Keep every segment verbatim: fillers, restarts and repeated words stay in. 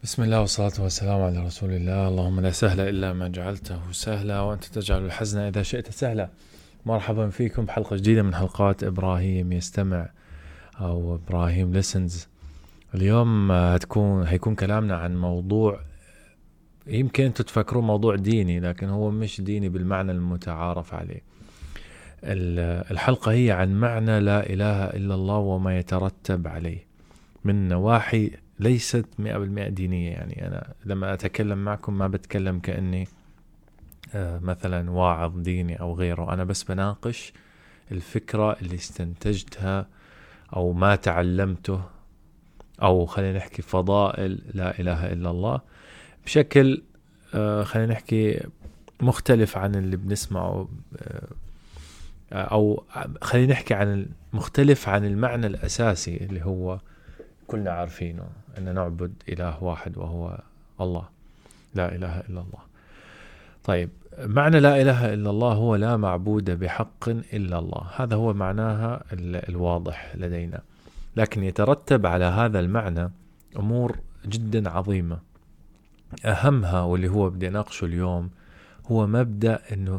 بسم الله والصلاة والسلام على رسول الله. اللهم لا سهل إلا ما جعلته سهلا وأنت تجعل الحزن إذا شئت سهلا. مرحبا فيكم بحلقة جديدة من حلقات إبراهيم يستمع أو إبراهيم ليسنز. اليوم هتكون هيكون كلامنا عن موضوع يمكن أنتوا تفكرون موضوع ديني، لكن هو مش ديني بالمعنى المتعارف عليه. الحلقة هي عن معنى لا إله إلا الله وما يترتب عليه من نواحي ليست مئة بالمئة دينية. يعني أنا لما أتكلم معكم ما بتكلم كأني آه مثلا واعظ ديني أو غيره، أنا بس بناقش الفكرة اللي استنتجتها أو ما تعلمته، أو خلينا نحكي فضائل لا إله إلا الله بشكل آه خلينا نحكي مختلف عن اللي بنسمعه، آه أو خلينا نحكي عن مختلف عن المعنى الأساسي اللي هو كلنا عارفينه، أن نعبد إله واحد وهو الله، لا إله إلا الله. طيب، معنى لا إله إلا الله هو لا معبود بحق إلا الله، هذا هو معناها الواضح لدينا. لكن يترتب على هذا المعنى أمور جدا عظيمة، أهمها واللي هو بدي ناقشه اليوم هو مبدأ أنه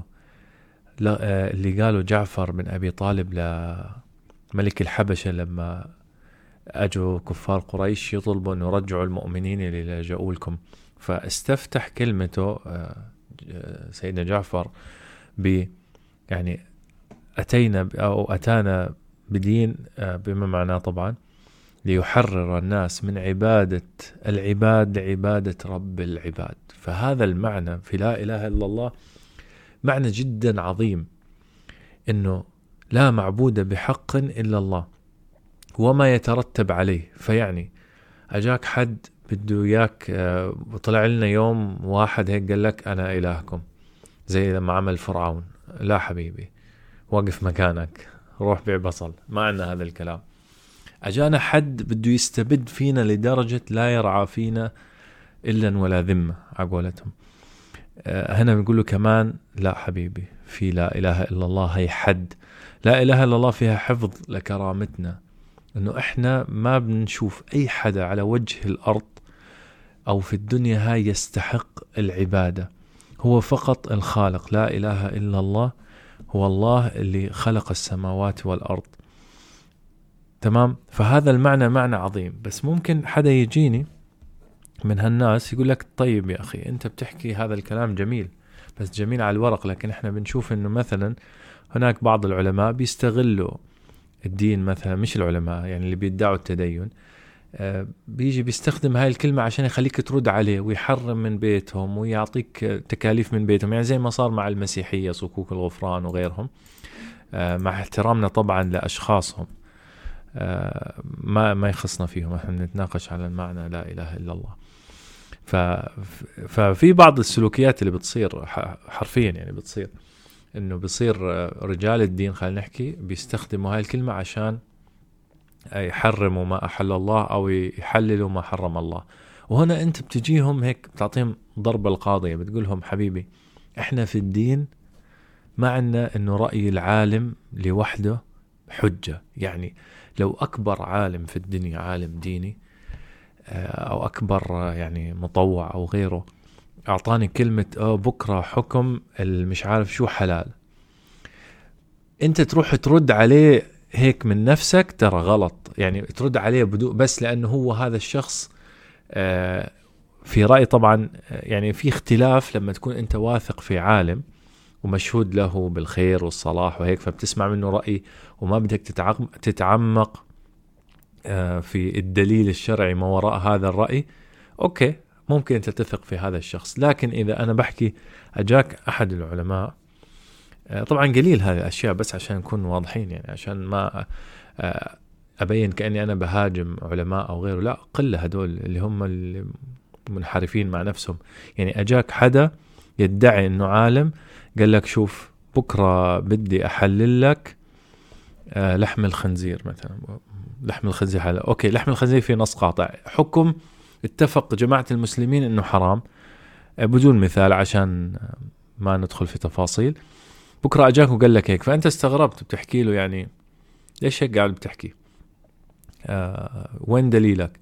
اللي قاله جعفر بن أبي طالب لملك الحبشة لما أجوا كفار قريش يطلبوا أن يرجعوا المؤمنين اللي لجأوا لكم، فاستفتح كلمته سيدنا جعفر ب يعني أتينا أو أتانا بدين بما معناه طبعا ليحرر الناس من عبادة العباد لعبادة رب العباد. فهذا المعنى في لا إله إلا الله معنى جدا عظيم، إنه لا معبود بحق إلا الله وما يترتب عليه. فيعني أجاك حد بده إياك وطلع لنا يوم واحد هيك قال لك أنا إلهكم، زي لما عمل فرعون، لا حبيبي وقف مكانك، روح بيع بصل، ما عندنا هذا الكلام. أجانا حد بده يستبد فينا لدرجة لا يرعى فينا إلا ولا ذمة عقولتهم، هنا بنقول له كمان لا حبيبي، في لا إله إلا الله هي حد، لا إله إلا الله فيها حفظ لكرامتنا، إنه إحنا ما بنشوف أي حدا على وجه الأرض أو في الدنيا هاي يستحق العبادة، هو فقط الخالق. لا إله إلا الله هو الله اللي خلق السماوات والأرض. تمام؟ فهذا المعنى معنى عظيم. بس ممكن حدا يجيني من هالناس يقول لك طيب يا أخي أنت بتحكي هذا الكلام جميل، بس جميل على الورق، لكن إحنا بنشوف إنه مثلا هناك بعض العلماء بيستغلوا الدين، مثلا مش العلماء يعني اللي بيدعوا التدين، آه بيجي بيستخدم هاي الكلمة عشان يخليك ترد عليه ويحرم من بيتهم ويعطيك تكاليف من بيتهم، يعني زي ما صار مع المسيحية صكوك الغفران وغيرهم، آه مع احترامنا طبعا لأشخاصهم، آه ما ما يخصنا فيهم، احنا نتناقش على المعنى لا إله إلا الله. ففي بعض السلوكيات اللي بتصير حرفيا، يعني بتصير انه بيصير رجال الدين خلينا نحكي بيستخدموا هاي الكلمة عشان يحرموا ما أحل الله أو يحللوا ما حرم الله. وهنا أنت بتجيهم هيك بتعطيهم ضربة القاضية، بتقولهم حبيبي إحنا في الدين ما عندنا إنه رأي العالم لوحده حجة. يعني لو أكبر عالم في الدنيا عالم ديني أو أكبر يعني مطوع أو غيره أعطاني كلمة أه بكرة حكم المش عارف شو حلال، أنت تروح ترد عليه هيك من نفسك، ترى غلط. يعني ترد عليه بدو بس لأنه هو هذا الشخص آه في رأي طبعا، يعني في اختلاف لما تكون أنت واثق في عالم ومشهود له بالخير والصلاح وهيك، فبتسمع منه رأي وما بدك تتعمق آه في الدليل الشرعي ما وراء هذا الرأي، أوكي ممكن أنت تثق في هذا الشخص. لكن إذا أنا بحكي أجاك أحد العلماء، طبعا قليل هذه الأشياء بس عشان نكون واضحين، يعني عشان ما أبين كأني أنا بهاجم علماء أو غيره، لا، قلة هدول اللي هم المنحرفين مع نفسهم. يعني أجاك حدا يدعي أنه عالم قال لك شوف بكرة بدي أحلل لك لحم الخنزير مثلا، لحم الخنزير حلال، أوكي لحم الخنزير في نص قاطع، حكم اتفق جماعة المسلمين أنه حرام بدون مثال عشان ما ندخل في تفاصيل. بكرة أجاك وقال لك هيك، فأنت استغربت بتحكي له يعني ليش هيك قاعد بتحكي؟ آه وين دليلك؟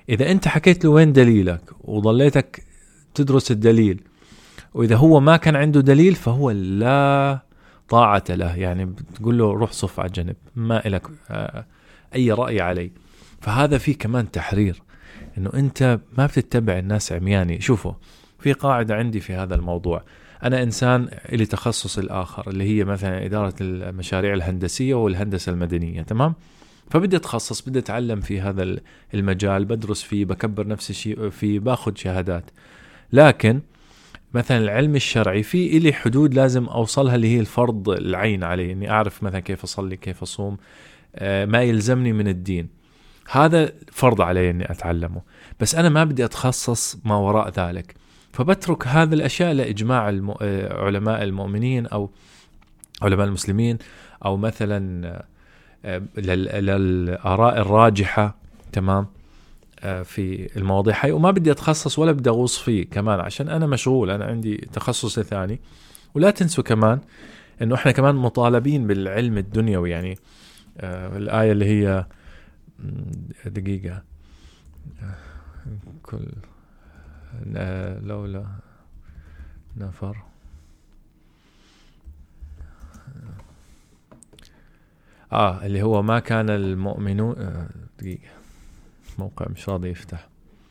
إذا أنت حكيت له وين دليلك وظليتك تدرس الدليل، وإذا هو ما كان عنده دليل فهو لا طاعة له، يعني بتقول له روح صف على جنب، ما إلك أي رأي علي. فهذا فيه كمان تحرير، إنه أنت ما بتتبع الناس عمياني. شوفوا، في قاعدة عندي في هذا الموضوع، أنا إنسان إلي تخصص الآخر اللي هي مثلا إدارة المشاريع الهندسية والهندسة المدنية، تمام؟ فبدي أتخصص، بدي أتعلم في هذا المجال، بدرس فيه، بكبر نفسي فيه، باخد شهادات. لكن مثلا العلم الشرعي في إلي حدود لازم أوصلها، اللي هي الفرض العين علي، إني أعرف مثلا كيف أصلي، كيف أصوم، ما يلزمني من الدين، هذا فرض علي إني أتعلمه. بس أنا ما بدي أتخصص ما وراء ذلك، فبترك هذه الأشياء لإجماع الم... علماء المؤمنين أو علماء المسلمين، أو مثلا لل... للآراء الراجحة، تمام، في المواضيع هاي. وما بدي أتخصص ولا بدي أغوص فيه كمان، عشان أنا مشغول، أنا عندي تخصص ثاني. ولا تنسوا كمان إنه إحنا كمان مطالبين بالعلم الدنيوي، يعني آه الآية اللي هي دقيقة، كل لولا نفر آه اللي هو ما كان المؤمنون، آه دقيقة موقع مش راضي يفتح.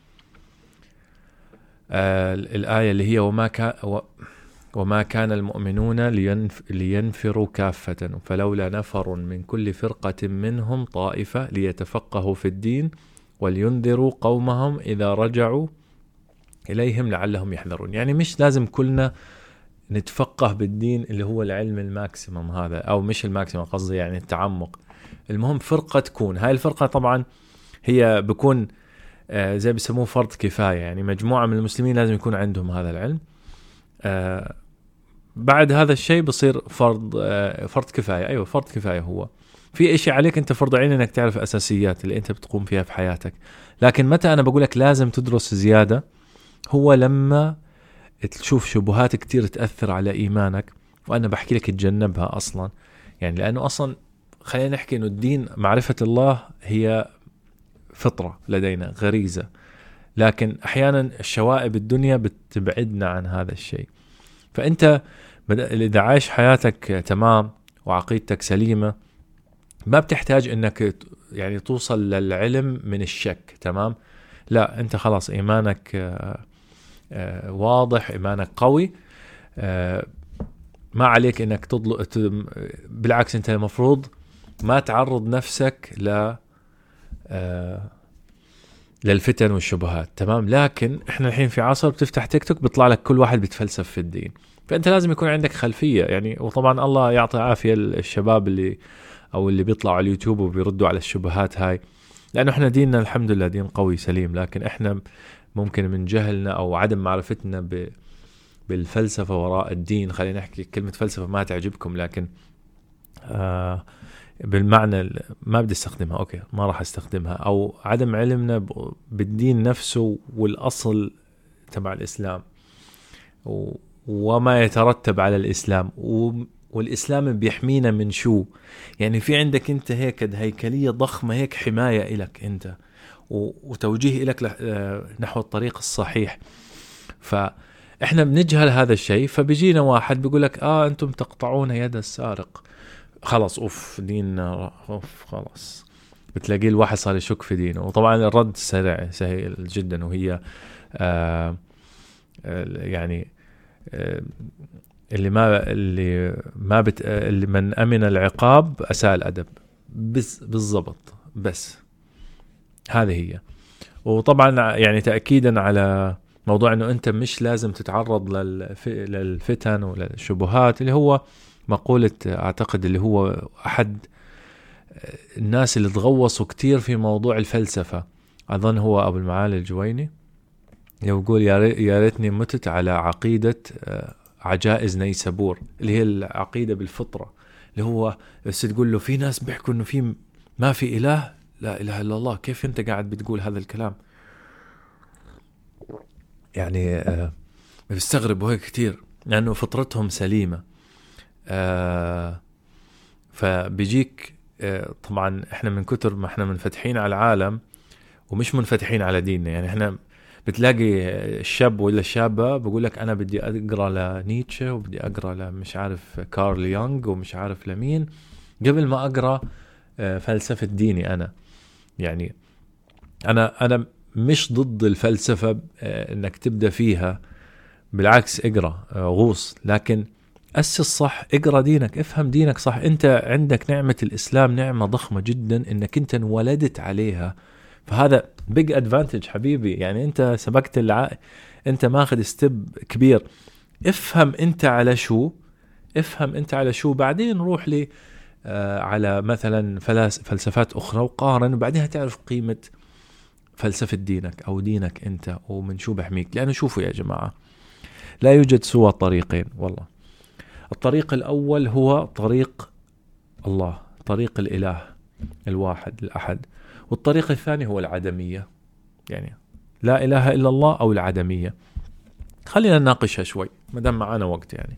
آه الآية اللي هي وما كان وما كان المؤمنون لينف لينفروا كافة فلولا نفر من كل فرقة منهم طائفة ليتفقهوا في الدين ولينذروا قومهم إذا رجعوا إليهم لعلهم يحذرون. يعني مش لازم كلنا نتفقه بالدين اللي هو العلم الماكسيمم هذا، أو مش الماكسيمم قصدي يعني التعمق. المهم فرقة تكون، هاي الفرقة طبعا هي بكون آه زي بيسموه فرض كفاية، يعني مجموعة من المسلمين لازم يكون عندهم هذا العلم. آه بعد هذا الشيء بصير فرض آه فرض كفاية. أيوة فرض كفاية، هو في إشي عليك أنت فرض عين إنك تعرف أساسيات اللي أنت بتقوم فيها في حياتك. لكن متى أنا بقولك لازم تدرس زيادة؟ هو لما تشوف شبهات كتير تأثر على إيمانك، وأنا بحكي لك تجنبها أصلا، يعني لأنه أصلا خلينا نحكي إنه الدين معرفة الله هي فطرة لدينا، غريزة، لكن أحيانا الشوائب الدنيا بتبعدنا عن هذا الشيء. فأنت إذا عايش حياتك تمام وعقيدتك سليمة، ما بتحتاج إنك يعني توصل للعلم من الشك، تمام؟ لا، أنت خلاص إيمانك آه آه واضح، إيمانك قوي، آه ما عليك إنك تطلب. بالعكس أنت المفروض ما تعرض نفسك ل آه للفتن والشبهات، تمام؟ لكن إحنا الحين في عصر بتفتح تيك توك بيطلع لك كل واحد بيتفلسف في الدين، فأنت لازم يكون عندك خلفية يعني. وطبعا الله يعطي عافية الشباب اللي أو اللي بيطلعوا على اليوتيوب وبيردوا على الشبهات هاي، لأنه إحنا ديننا الحمد لله دين قوي سليم، لكن إحنا ممكن من جهلنا أو عدم معرفتنا ب بالفلسفة وراء الدين، خلينا نحكي كلمة فلسفة ما تعجبكم، لكن آه بالمعنى ما بدي استخدمها، أوكي ما راح استخدمها، أو عدم علمنا بالدين نفسه والأصل تبع الإسلام وما يترتب على الإسلام، والإسلام بيحمينا من شو؟ يعني في عندك أنت هيك هيكلية ضخمة هيك حماية إلك أنت وتوجيه إلك نحو الطريق الصحيح. فإحنا بنجهل هذا الشيء، فبيجينا واحد بيقولك آه أنتم تقطعون يد السارق، خلاص أوف ديننا أوف خلاص، بتلاقي الواحد صار يشك في دينه. وطبعا الرد سريع سهل جدا، وهي آه يعني آه اللي ما اللي ما بت اللي من أمن العقاب أساء الأدب، بس بالضبط، بس هذه هي. وطبعا يعني تأكيدا على موضوع أنه أنت مش لازم تتعرض للف... للفتن وللشبهات، اللي هو مقولة أعتقد اللي هو أحد الناس اللي تغوصوا كتير في موضوع الفلسفة، أظن هو أبو المعالي الجويني، يقول يا ريتني متت على عقيدة عجائز نيسابور، اللي هي العقيدة بالفطرة، اللي هو بس تقول له في ناس بيحكوا إنه في ما في إله، لا إله إلا الله، كيف أنت قاعد بتقول هذا الكلام؟ يعني آه بيستغربوا هيك كتير لأنه فطرتهم سليمة. آه فبيجيك آه طبعا إحنا من كتر ما إحنا منفتحين على العالم ومش منفتحين على ديننا. يعني احنا بتلاقي الشاب ولا الشابة بقول لك أنا بدي أقرأ لنيتشه وبدي أقرأ لمش عارف كارل يونغ ومش عارف لمين قبل ما أقرأ فلسفة ديني. أنا يعني أنا أنا مش ضد الفلسفة إنك تبدأ فيها، بالعكس اقرأ غوص، لكن أسس صح، اقرأ دينك، افهم دينك صح. أنت عندك نعمة الإسلام، نعمة ضخمة جدا إنك أنت انولدت عليها، فهذا big advantage حبيبي. يعني أنت سبقت الع... أنت ماخذ ستيب كبير. افهم أنت على شو، افهم أنت على شو، بعدين روح لي آه على مثلا فلس... فلسفات أخرى وقارن، وبعدين تعرف قيمة فلسفة دينك أو دينك أنت ومن شو بحميك. لأنه شوفوا يا جماعة، لا يوجد سوى طريقين والله. الطريق الأول هو طريق الله، طريق الإله الواحد الأحد، والطريق الثاني هو العدمية، يعني لا إله إلا الله أو العدمية. خلينا نناقشها شوي ما دام معنا وقت. يعني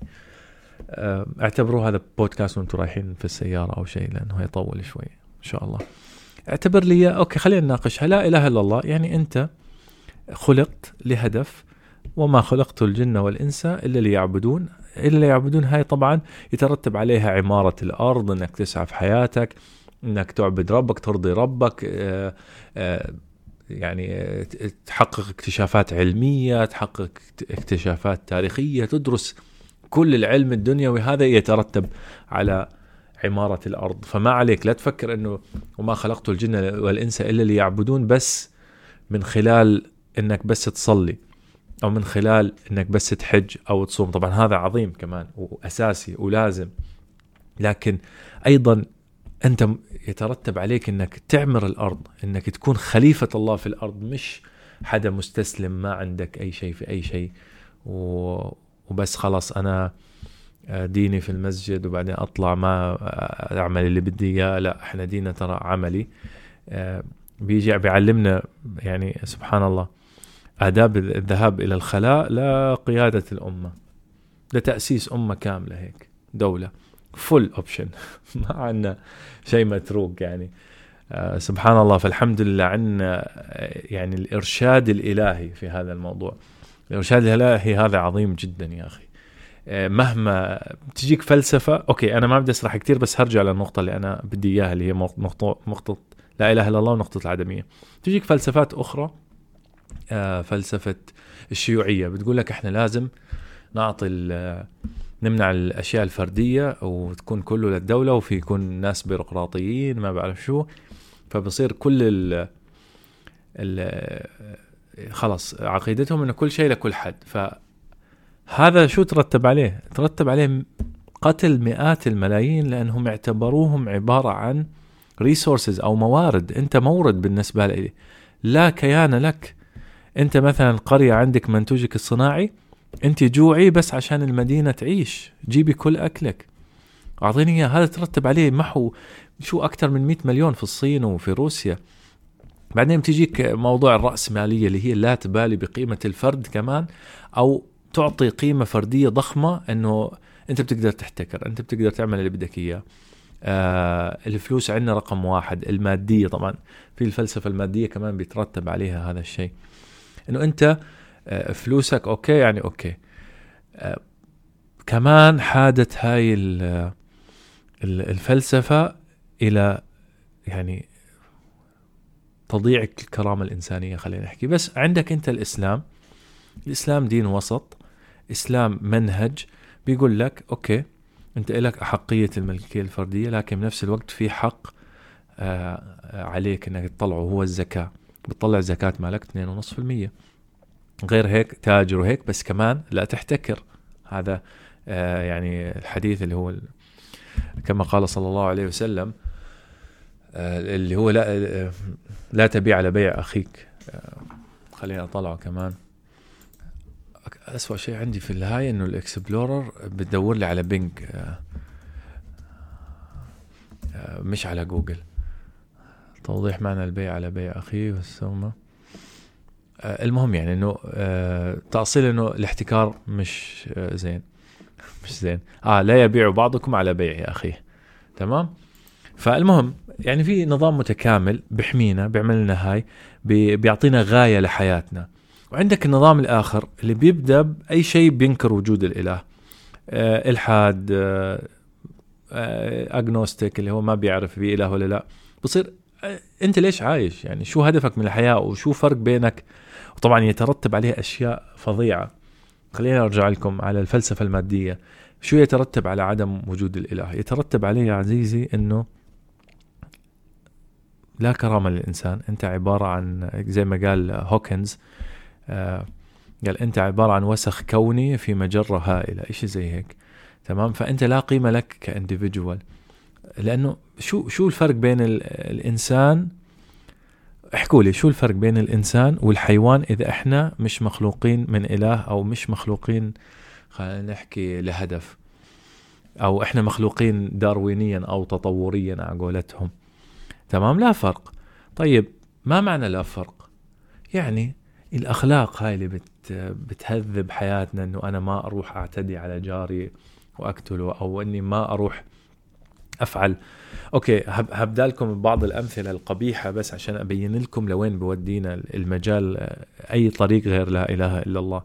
اعتبروا هذا بودكاست وانتم رايحين في السيارة أو شيء، لأنه هيطول شوي إن شاء الله. اعتبر لي أوكي، خلينا نناقشها. لا إله إلا الله يعني أنت خلقت لهدف، وما خلقت الجن والإنس إلا ليعبدون. إلا يعبدون هاي طبعا يترتب عليها عمارة الأرض، إنك تسعى في حياتك، إنك تعبد ربك، ترضي ربك، آآ آآ يعني تحقق اكتشافات علمية، تحقق اكتشافات تاريخية، تدرس كل العلم الدنيوي، هذا يترتب على عمارة الأرض. فما عليك لا تفكر إنه وما خلقت الجن والإنس إلا ليعبدون بس من خلال إنك بس تصلي، أو من خلال إنك بس تحج أو تصوم. طبعا هذا عظيم كمان وأساسي ولازم، لكن أيضا أنت يترتب عليك إنك تعمر الأرض، إنك تكون خليفة الله في الأرض، مش حدا مستسلم ما عندك أي شيء في أي شيء وبس خلاص أنا ديني في المسجد وبعدين أطلع ما أعمل اللي بدي إياه. لا، إحنا ديننا ترى عملي، بيجي بيعلمنا يعني سبحان الله آداب الذهاب إلى الخلاء لا قيادة الأمة، ده تأسيس أمة كاملة هيك، دولة فول أوبشن ما عنا شيء متروك يعني. آه سبحان الله. فالحمد لله عنا يعني الإرشاد الإلهي في هذا الموضوع. الإرشاد الإلهي هذا عظيم جدا يا أخي. آه مهما تجيك فلسفة، أوكي أنا ما بدي أسرح كتير بس هرجع للنقطة اللي أنا بدي إياها، اللي هي نقطة نقطة لا إله إلا الله ونقطة العدمية. تجيك فلسفات أخرى، آه فلسفة الشيوعية بتقول لك إحنا لازم نعطي نمنع الأشياء الفردية وتكون كله للدولة، وفي يكون ناس بيروقراطيين ما بعرف شو، فبصير كل ال ال خلاص عقيدتهم إنه كل شيء لكل حد. فهذا شو ترتب عليه؟ ترتب عليه قتل مئات الملايين، لأنهم اعتبروهم عبارة عن resources أو موارد. أنت مورد بالنسبة لي، لا كيان لك. أنت مثلا قرية عندك منتوجك الصناعي، أنت جوعي بس عشان المدينة تعيش، جيبي كل أكلك أعطيني إياه. هذا ترتب عليه محو شو أكتر من مئة مليون في الصين وفي روسيا. بعدين تجيك موضوع الرأسمالية اللي هي لا تبالي بقيمة الفرد كمان، أو تعطي قيمة فردية ضخمة أنه أنت بتقدر تحتكر، أنت بتقدر تعمل اللي بدك إياه. آه الفلوس عندنا رقم واحد. المادية طبعا في الفلسفة المادية كمان بيترتب عليها هذا الشيء، أنه أنت آه فلوسك أوكي يعني أوكي. آه كمان حادت هاي الفلسفة إلى يعني تضيع الكرامة الإنسانية. خلينا نحكي بس عندك أنت الإسلام. الإسلام دين وسط، إسلام منهج بيقول لك أوكي أنت إلك أحقية الملكية الفردية، لكن بنفس الوقت في حق آه عليك أنك تطلعه، هو الزكاة. بتطلع زكاة مالك اثنين فاصلة خمسة بالمئة. غير هيك تاجر وهيك، بس كمان لا تحتكر. هذا آه يعني الحديث اللي هو كما قال صلى الله عليه وسلم آه اللي هو لا آه لا تبيع على بيع أخيك. آه خلينا أطلعه كمان. أسوأ شيء عندي في الهاي إنه الإكسبلورر بتدور لي على بينج آه آه مش على جوجل. توضيح معنى البيع على بيع أخيه والسومة. آه المهم يعني إنه آه تأصيل إنه الاحتكار مش آه زين، مش زين. آه لا يبيع بعضكم على بيع أخيه. تمام. فالمهم يعني في نظام متكامل بيحمينا، بيعملنا هاي، بيعطينا غاية لحياتنا. وعندك النظام الآخر اللي بيبدأ بأي شيء بينكر وجود الإله، آه إلحاد، آه آه أغنوستيك اللي هو ما بيعرف في إله ولا لا. بصير آه أنت ليش عايش؟ يعني شو هدفك من الحياة وشو فرق بينك؟ وطبعا يترتب عليه أشياء فظيعة. خلينا أرجع لكم على الفلسفة المادية. شو يترتب على عدم وجود الإله؟ يترتب عليه يا عزيزي أنه لا كرامة للإنسان. أنت عبارة عن زي ما قال هوكنز، آه قال أنت عبارة عن وسخ كوني في مجرة هائلة، إشي زي هيك. تمام. فأنت لا قيمة لك كانديفيدوال، لأنه شو شو الفرق بين الإنسان؟ احكوا لي شو الفرق بين الإنسان والحيوان إذا إحنا مش مخلوقين من إله، أو مش مخلوقين خلينا نحكي لهدف، أو إحنا مخلوقين داروينيا أو تطوريا على قولتهم. تمام، لا فرق. طيب ما معنى لا فرق؟ يعني الأخلاق هاي اللي بت بتهذب حياتنا، إنه أنا ما أروح أعتدي على جاري وأقتله، أو إني ما أروح أفعل. أوكي، هبدأ لكم بعض الأمثلة القبيحة بس عشان أبين لكم لوين بودينا المجال، أي طريق غير لا إله إلا الله.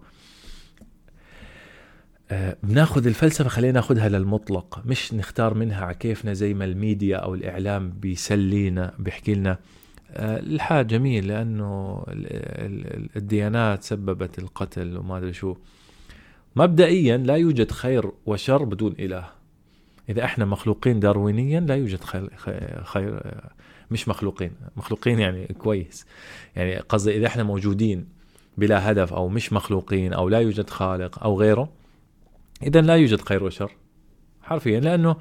أه بناخذ الفلسفة، خلينا ناخذها للمطلق، مش نختار منها على كيفنا زي ما الميديا أو الإعلام بيسلينا بيحكي لنا أه الحاجة جميل لأنه الديانات سببت القتل وما أدري شو. مبدئيا لا يوجد خير وشر بدون إله. إذا إحنا مخلوقين داروينيا لا يوجد خير, خير مش مخلوقين مخلوقين يعني كويس، يعني قصدي إذا إحنا موجودين بلا هدف أو مش مخلوقين أو لا يوجد خالق أو غيره، إذن لا يوجد خير وشر حرفيا، لأنه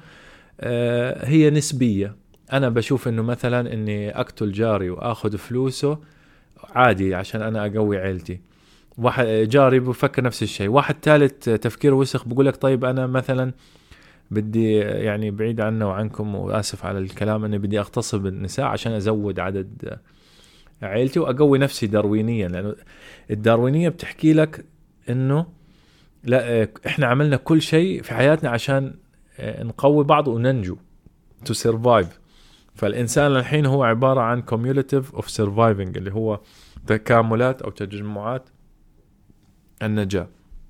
آه هي نسبية. أنا بشوف إنه مثلا إني أقتل جاري وأخذ فلوسه عادي عشان أنا أقوي عيلتي. واحد جاري بفكر نفس الشيء. واحد ثالث تفكير وسخ بقولك طيب أنا مثلا بدي يعني بعيد عنه وعنكم وآسف على الكلام أني بدي أغتصب النساء عشان أزود عدد عيلتي وأقوي نفسي داروينيا، لأنه الداروينية بتحكي لك إنه لا إحنا عملنا كل شيء في حياتنا عشان نقوي بعض وننجو to survive. فالإنسان الحين هو عبارة عن cumulative of surviving اللي هو تكاملات أو تجمعات النجاة.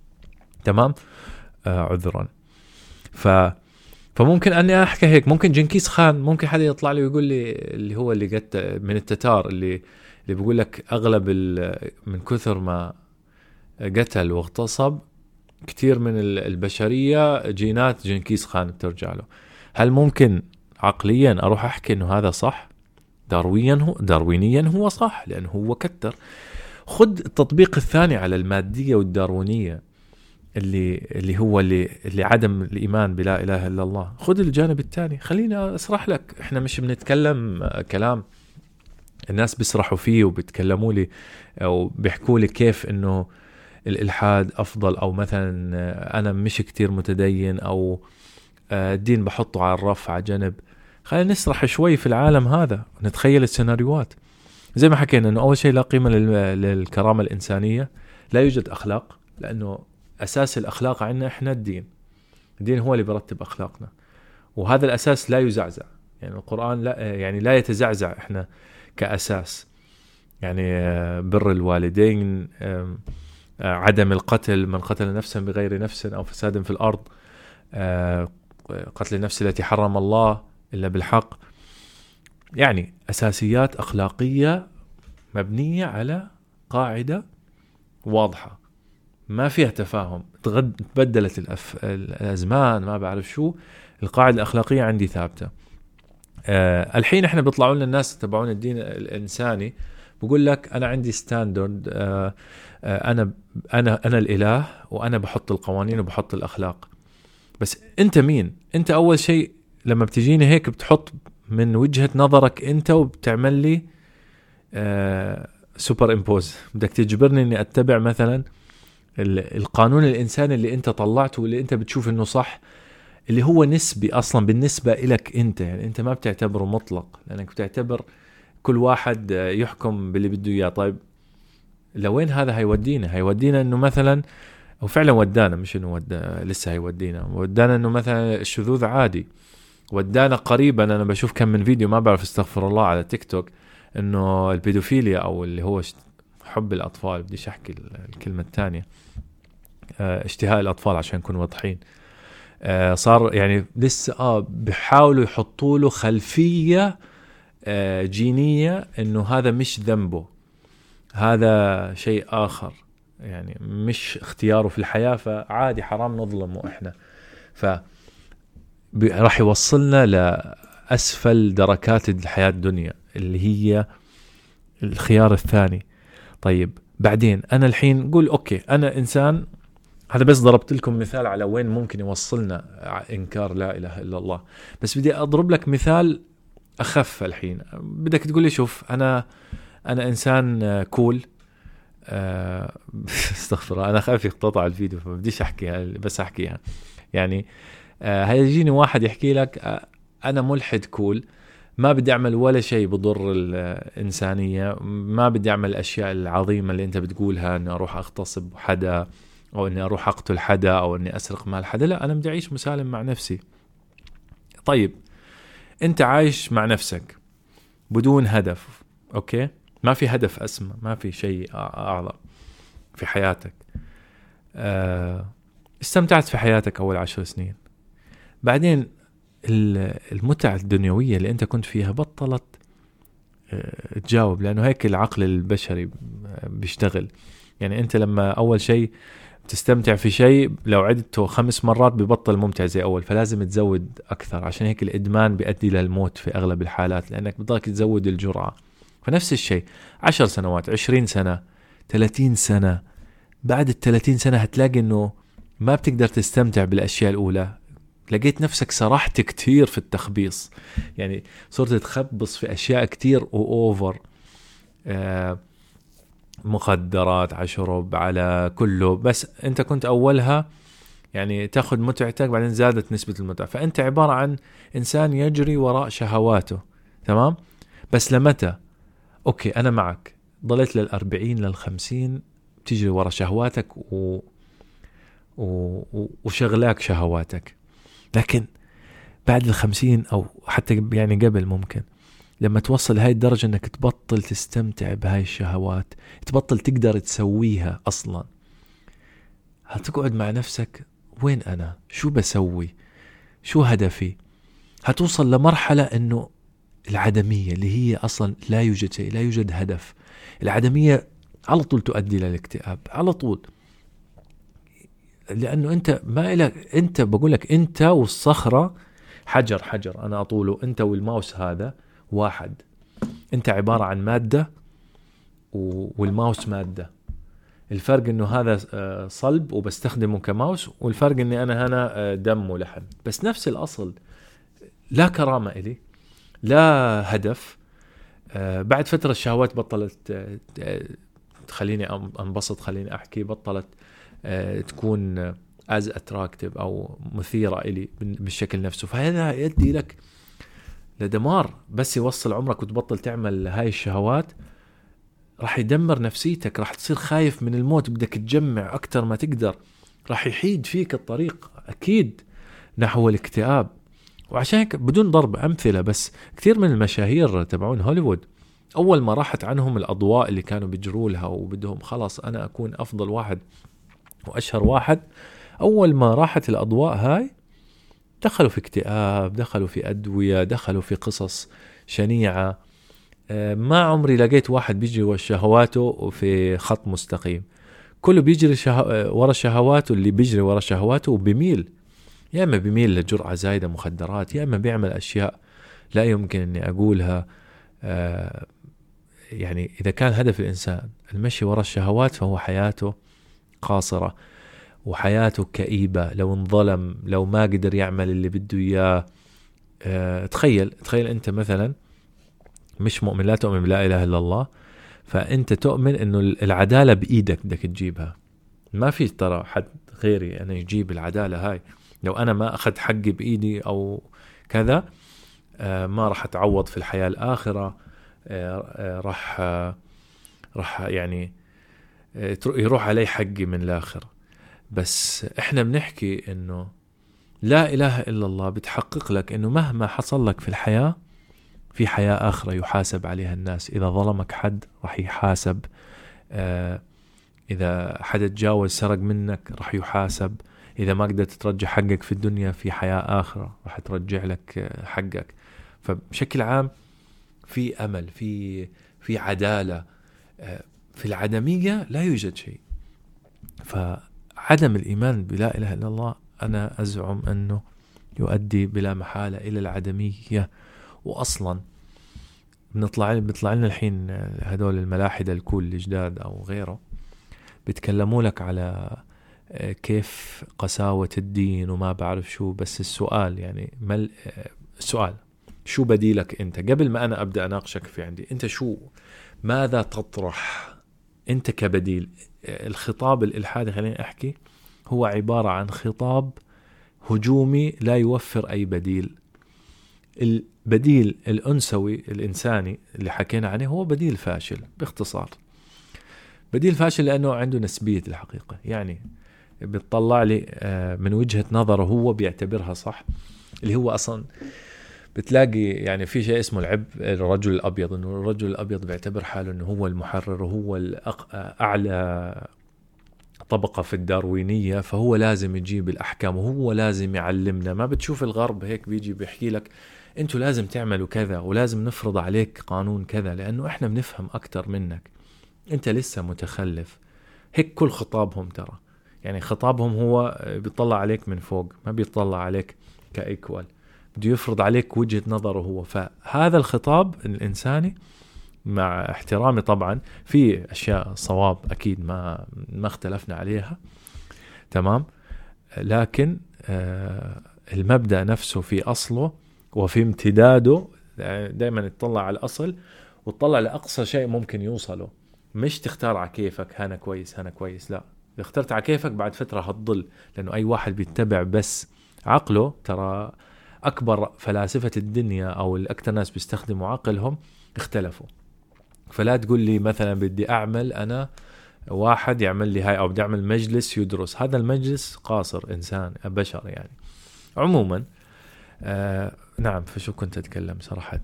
تمام. آه عذرا. ف فممكن أني أحكي هيك، ممكن جنكيز خان، ممكن حدا يطلع لي ويقول لي اللي هو اللي قت من التتار اللي اللي بيقول لك أغلب من كثر ما قتل واغتصب كتير من البشرية جينات جنكيز خان بترجع له. هل ممكن عقليا أروح أحكي إنه هذا صح؟ داروينيا هو داروينيا هو صح لأنه هو كتر. خد التطبيق الثاني على المادية والداروينية اللي اللي هو اللي اللي عدم الإيمان بلا إله إلا الله. خد الجانب الثاني، خلينا أسرح لك. إحنا مش بنتكلم كلام الناس بيسرحوا فيه وبيتكلموا لي أو بيحكوا لي كيف إنه الإلحاد أفضل، أو مثلا أنا مش كتير متدين أو الدين بحطه على الرف على جنب. خلينا نسرح شوي في العالم هذا ونتخيل السيناريوهات. زي ما حكينا إنه أول شيء لا قيمة للكرامة الإنسانية، لا يوجد أخلاق، لأنه أساس الأخلاق عندنا إحنا الدين. الدين هو اللي برتب أخلاقنا، وهذا الأساس لا يزعزع. يعني القرآن لا يعني لا يتزعزع إحنا كأساس. يعني بر الوالدين، عدم القتل، من قتل نفسا بغير نفس أو فساد في الأرض، قتل النفس التي حرم الله إلا بالحق. يعني أساسيات أخلاقية مبنية على قاعدة واضحة ما فيها تفاهم. تبدلت الأف... الأزمان ما بعرف شو، القاعدة الأخلاقية عندي ثابتة. أه الحين إحنا بيطلعوا لنا الناس تبعون الدين الإنساني بقول لك أنا عندي ستاندرد، أه أه أنا أنا أنا الإله وأنا بحط القوانين وبحط الأخلاق. بس أنت مين؟ أنت أول شيء لما بتجيني هيك بتحط من وجهة نظرك أنت وبتعمل لي أه سوبر إمبوز. بدك تجبرني إني أتبع مثلا القانون الإنساني اللي أنت طلعته واللي أنت بتشوف إنه صح، اللي هو نسبي أصلا بالنسبة إلك أنت. يعني أنت ما بتعتبره مطلق لأنك بتعتبر كل واحد يحكم باللي بده إياه. طيب لوين هذا هيودينا؟ هيودينا إنه مثلا، وفعلا ودانا، مش إنه ود... لسه هيودينا ودانا إنه مثلا الشذوذ عادي، ودانا قريبا. أنا بشوف كم من فيديو ما بعرف استغفر الله على تيك توك إنه البيدوفيليا أو اللي هو حب الأطفال، بديش أحكي الكلمة الثانية، اشتهاء الأطفال عشان نكون واضحين. صار يعني لسه آه بيحاولوا يحطوا له خلفية جينية إنه هذا مش ذنبه، هذا شيء آخر، يعني مش اختياره في الحياة، فعادي حرام نظلمه إحنا. ف راح يوصلنا لأسفل دركات الحياة الدنيا اللي هي الخيار الثاني. طيب بعدين أنا الحين قول أوكي أنا إنسان، هذا بس ضربت لكم مثال على وين ممكن يوصلنا إنكار لا إله إلا الله، بس بدي أضرب لك مثال أخف. الحين بدك تقول لي شوف أنا أنا إنسان كول، أه استغفر أنا خايف يقطع الفيديو فبديش أحكيها بس أحكيها. يعني أه هيجيني واحد يحكي لك أه أنا ملحد كول، ما بدي أعمل ولا شيء بضر الإنسانية، ما بدي أعمل الأشياء العظيمة اللي أنت بتقولها، أني أروح أغتصب حدا أو أني أروح أقتل حدا أو أني أسرق مال حدا، لا أنا بدي أعيش مسالم مع نفسي. طيب أنت عايش مع نفسك بدون هدف، أوكي، ما في هدف أسمى، ما في شيء أعظم في حياتك. أه استمتعت في حياتك أول عشر سنين، بعدين المتعة الدنيوية اللي أنت كنت فيها بطلت أه تجاوب، لأنه هيك العقل البشري بيشتغل. يعني أنت لما أول شيء تستمتع في شيء لو عدته خمس مرات ببطل ممتع زي أول، فلازم تزود أكثر. عشان هيك الإدمان بيؤدي للموت في أغلب الحالات، لأنك بدك تزود الجرعة. فنفس الشيء عشر سنوات، عشرين سنة، ثلاثين سنة، بعد الثلاثين سنة هتلاقي إنه ما بتقدر تستمتع بالأشياء الأولى، لقيت نفسك سرحت كتير في التخبيص، يعني صرت تخبص في أشياء كتير وأوفر، آه مخدرات، عشرب، على كله، بس أنت كنت أولها يعني تأخذ متعتك، بعدين زادت نسبة المتعة، فأنت عبارة عن إنسان يجري وراء شهواته، تمام؟ بس لمتى؟ أوكي أنا معك، ضليت للأربعين للخمسين تجري وراء شهواتك و... و... وشغلاك شهواتك، لكن بعد الخمسين أو حتى يعني قبل، ممكن لما توصل هاي الدرجة أنك تبطل تستمتع بهاي الشهوات، تبطل تقدر تسويها أصلا، هتقعد مع نفسك وين أنا؟ شو بسوي؟ شو هدفي؟ هتوصل لمرحلة أنه العدمية اللي هي أصلا لا يوجد شيء، لا يوجد هدف. العدمية على طول تؤدي للاكتئاب على طول، لأنه أنت ما إلك، أنت بقولك أنت والصخرة حجر حجر أنا أطوله، أنت والماوس هذا واحد، أنت عبارة عن مادة والماوس مادة. الفرق إنه هذا صلب وبستخدمه كماوس، والفرق إني أنا هنا دم ولحم، بس نفس الأصل. لا كرامة إلي، لا هدف. بعد فترة الشهوات بطلت تخليني أنبسط، خليني أحكي، بطلت تكون as attractive أو مثيرة إلي بالشكل نفسه، فهذا يؤدي لك لدمار. بس يوصل عمرك وتبطل تعمل هاي الشهوات، راح يدمر نفسيتك، راح تصير خايف من الموت، بدك تجمع أكتر ما تقدر، راح يحيد فيك الطريق أكيد نحو الاكتئاب. وعشان هيك بدون ضرب أمثلة، بس كثير من المشاهير تبعون هوليوود أول ما راحت عنهم الأضواء اللي كانوا بيجروا لها وبدهم خلاص أنا أكون أفضل واحد وأشهر واحد، أول ما راحت الأضواء هاي دخلوا في اكتئاب، دخلوا في أدوية، دخلوا في قصص شنيعة. ما عمري لقيت واحد بيجري ورا شهواته في خط مستقيم، كله بيجري شه... ورا شهواته، اللي بيجري ورا شهواته وبيميل، يا إما بيميل لجرعة زايدة مخدرات، يا إما بيعمل أشياء لا يمكن أني أقولها. آه يعني إذا كان هدف الإنسان المشي ورا الشهوات فهو حياته قاصرة وحياته كئيبة. لو انظلم، لو ما قدر يعمل اللي بده إياه. آه تخيل تخيل أنت مثلا مش مؤمن، لا تؤمن بلا إله إلا الله، فأنت تؤمن إنه العدالة بإيدك بدك تجيبها، ما في ترى حد غيري أنا يجيب العدالة هاي، لو أنا ما أخذ حقي بإيدي أو كذا آه ما راح أتعوض في الحياة الآخرة، آه آه راح آه راح يعني آه يروح علي حقي من الآخر. بس إحنا بنحكي إنه لا إله إلا الله بتحقق لك إنه مهما حصل لك في الحياة في حياة آخرة يحاسب عليها الناس. إذا ظلمك حد رح يحاسب، آه إذا حد تجاوز سرق منك رح يحاسب، إذا ما قدرت ترجع حقك في الدنيا في حياة آخرة رح ترجع لك حقك. فبشكل عام في أمل، في في عدالة. في العدمية لا يوجد شيء. فعدم الإيمان بلا إله إلا الله أنا أزعم أنه يؤدي بلا محالة إلى العدمية. وأصلا بنطلع بيطلع لنا الحين هدول الملاحدة الكل الجداد أو غيره بيتكلموا لك على كيف قساوة الدين وما بعرف شو. بس السؤال يعني مل السؤال شو بديلك أنت؟ قبل ما أنا أبدأ أناقشك في عندي، أنت شو ماذا تطرح أنت كبديل؟ الخطاب الإلحادي خليني أحكي هو عبارة عن خطاب هجومي لا يوفر أي بديل. البديل الأنسوي الإنساني اللي حكينا عنه هو بديل فاشل باختصار. بديل فاشل لأنه عنده نسبية الحقيقة، يعني بتطلع لي من وجهة نظره هو بيعتبرها صح، اللي هو أصلا بتلاقي يعني في شيء اسمه العب الرجل الأبيض، إنه الرجل الأبيض بيعتبر حاله إنه هو المحرر وهو أعلى طبقة في الداروينية، فهو لازم يجيب الأحكام وهو لازم يعلمنا. ما بتشوف الغرب هيك بيجي بيحكي لك أنتوا لازم تعملوا كذا ولازم نفرض عليك قانون كذا لأنه إحنا بنفهم أكتر منك، أنت لسه متخلف. هيك كل خطابهم ترى، يعني خطابهم هو بيطلع عليك من فوق، ما بيطلع عليك كإيكوال، بده يفرض عليك وجهة نظره هو. فهذا الخطاب الإنساني مع احترامي طبعا في أشياء صواب أكيد ما ما اختلفنا عليها تمام، لكن آه المبدأ نفسه في أصله وفي امتداده دائما تطلع على الأصل وتطلع لأقصى شيء ممكن يوصله، مش تختار على كيفك هنا كويس هنا كويس. لا، إذا اخترت على كيفك بعد فترة هتضل، لأنه أي واحد بيتبع بس عقله. ترى أكبر فلاسفة الدنيا أو الأكثر ناس بيستخدموا عقلهم اختلفوا. فلا تقول لي مثلا بدي أعمل أنا واحد يعمل لي هاي، أو بدي أعمل مجلس يدرس، هذا المجلس قاصر إنسان بشر يعني. عموما آه نعم، فشو كنت أتكلم صراحة.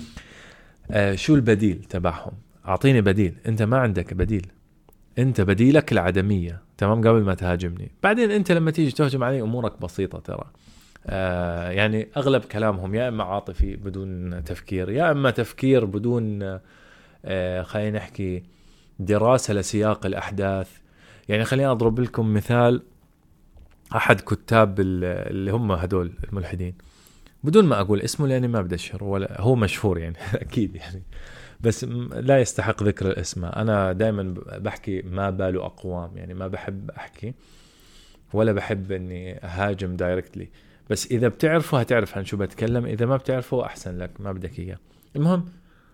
آه شو البديل تبعهم؟ أعطيني بديل. أنت ما عندك بديل، أنت بديلك العدمية تمام قبل ما تهاجمني. بعدين أنت لما تيجي تهجم علي أمورك بسيطة ترى. آه يعني أغلب كلامهم يا إما عاطفي بدون تفكير، يا إما تفكير بدون آه خلينا نحكي دراسة لسياق الأحداث. يعني خلينا أضرب لكم مثال. أحد كتاب اللي هم هدول الملحدين بدون ما أقول اسمه لأني ما بدشر ولا هو مشهور يعني أكيد يعني، بس لا يستحق ذكر الاسم. أنا دائما بحكي ما باله أقوام، يعني ما بحب أحكي ولا بحب أني أهاجم دايركتلي، بس إذا بتعرفه هتعرف عن شو بتكلم، إذا ما بتعرفه أحسن لك ما بدك إياه. المهم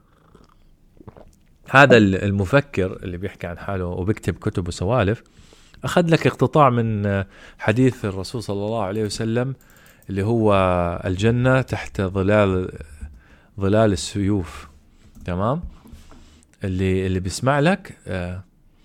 هذا المفكر اللي بيحكي عن حاله وبيكتب كتب وسوالف أخذ لك اقتطاع من حديث الرسول صلى الله عليه وسلم اللي هو الجنة تحت ظلال ظلال السيوف تمام. اللي اللي بيسمع لك آه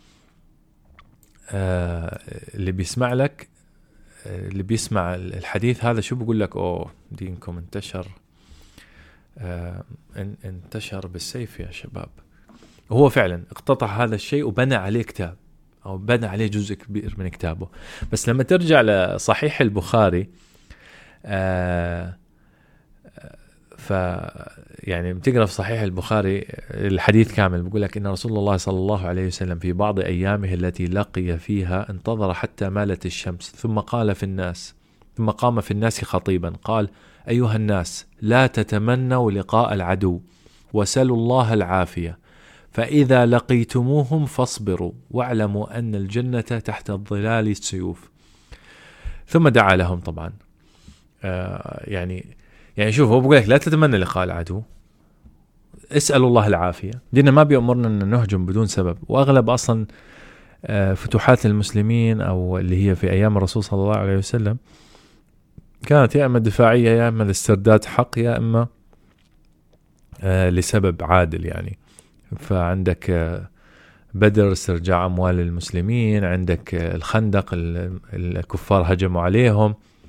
آه اللي بيسمع لك آه اللي بيسمع الحديث هذا شو بقول لك؟ أوه دينكم انتشر آه انتشر بالسيف يا شباب. هو فعلا اقتطع هذا الشيء وبنى عليه كتاب أو بنى عليه جزء كبير من كتابه. بس لما ترجع لصحيح البخاري آه ف يعني بتقرأ في صحيح البخاري الحديث كامل بيقول لك إن رسول الله صلى الله عليه وسلم في بعض أيامه التي لقي فيها انتظر حتى مالت الشمس ثم قال في الناس ثم قام في الناس خطيبا قال: أيها الناس لا تتمنوا لقاء العدو وسلوا الله العافية، فإذا لقيتموهم فاصبروا واعلموا أن الجنة تحت الظلال السيوف. ثم دعا لهم طبعا. آه يعني يعني شوف هو بقول لك لا تتمنى لقاء العدو، اسألوا الله العافية. ديننا ما بيأمرنا أن نهجم بدون سبب، وأغلب أصلا آه فتوحات المسلمين أو اللي هي في أيام الرسول صلى الله عليه وسلم كانت يا إما دفاعية يا إما لاسترداد حق يا إما آه لسبب عادل يعني. فعندك آه بدر استرجاع أموال المسلمين، عندك آه الخندق الكفار هجموا عليهم،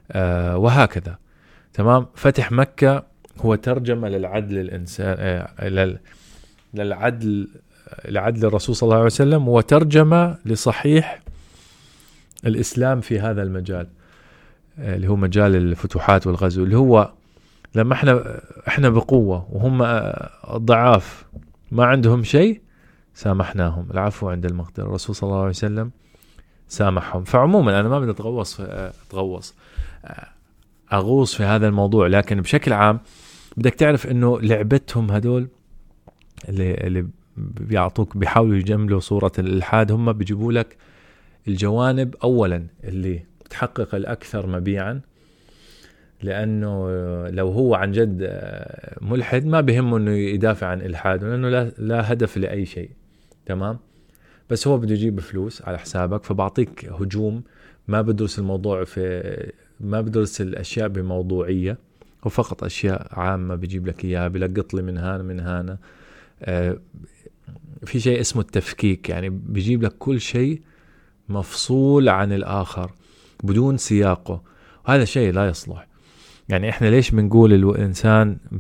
آه وهكذا. تمام. فتح مكة هو ترجمة للعدل الإنسان آه للعدل لعدل الرسول صلى الله عليه وسلم، وترجمة لصحيح الإسلام في هذا المجال آه اللي هو مجال الفتوحات والغزو، اللي هو لما احنا احنا بقوة وهم ضعاف ما عندهم شيء سامحناهم، العفو عند المقدرة. الرسول صلى الله عليه وسلم سامحهم. فعموما انا ما بدي اتغوص في اتغوص اغوص في هذا الموضوع، لكن بشكل عام بدك تعرف انه لعبتهم هدول اللي اللي بيعطوك بيحاولوا يجملوا صورة الالحاد، هم بيجيبوا لك الجوانب اولا اللي بتحقق الاكثر مبيعا، لأنه لو هو عن جد ملحد ما بيهمه أنه يدافع عن إلحاده، لأنه لا, لا هدف لأي شيء. تمام. بس هو بده يجيب فلوس على حسابك، فبعطيك هجوم ما بدرس الموضوع في ما بدرس الأشياء بموضوعية، هو فقط أشياء عامة بيجيب لك إياها، بيلقط لي من هنا من هنا. آه في شيء اسمه التفكيك، يعني بيجيب لك كل شيء مفصول عن الآخر بدون سياقه، وهذا شيء لا يصلح. يعني احنا ليش بنقول الانسان ب